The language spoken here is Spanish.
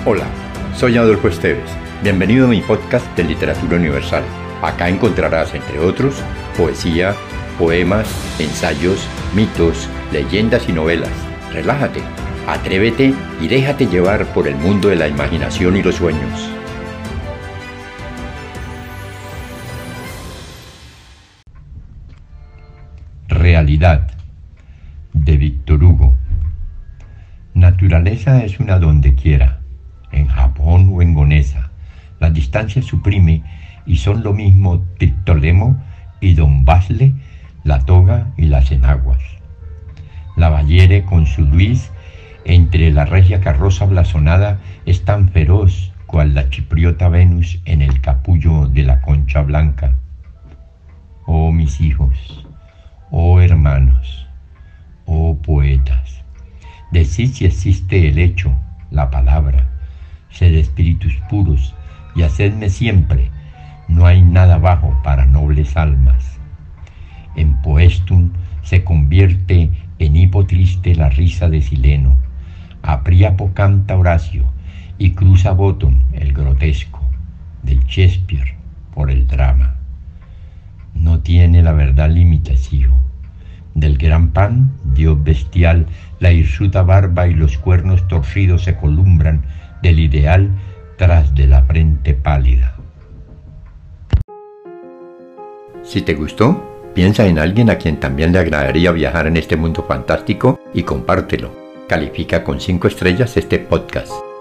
Hola, soy Adolfo Esteves. Bienvenido a mi podcast de Literatura Universal. Acá encontrarás, entre otros, poesía, poemas, ensayos, mitos, leyendas y novelas. Relájate, atrévete y déjate llevar por el mundo de la imaginación y los sueños. Realidad, de Víctor Hugo. Naturaleza es una dondequiera, en Japón o en Gonesa. La distancia suprime y son lo mismo Triptolemo y Don Basle, la toga y las enaguas. La Ballere con su Luis, entre la regia carroza blasonada, es tan feroz cual la chipriota Venus en el capullo de la concha blanca. Oh mis hijos, oh hermanos, oh poetas, decid si existe el hecho, la palabra, sed espíritus puros y hacedme siempre, no hay nada bajo para nobles almas. En Poestum se convierte en hipo triste la risa de Sileno, a Priapo canta Horacio y cruza Bottom el grotesco, del Shakespeare por el drama. No tiene la verdad límites, hijo. Del gran pan, Dios bestial, la hirsuta barba y los cuernos torcidos se columbran del ideal tras de la frente pálida. Si te gustó, piensa en alguien a quien también le agradaría viajar en este mundo fantástico y compártelo. Califica con 5 estrellas este podcast.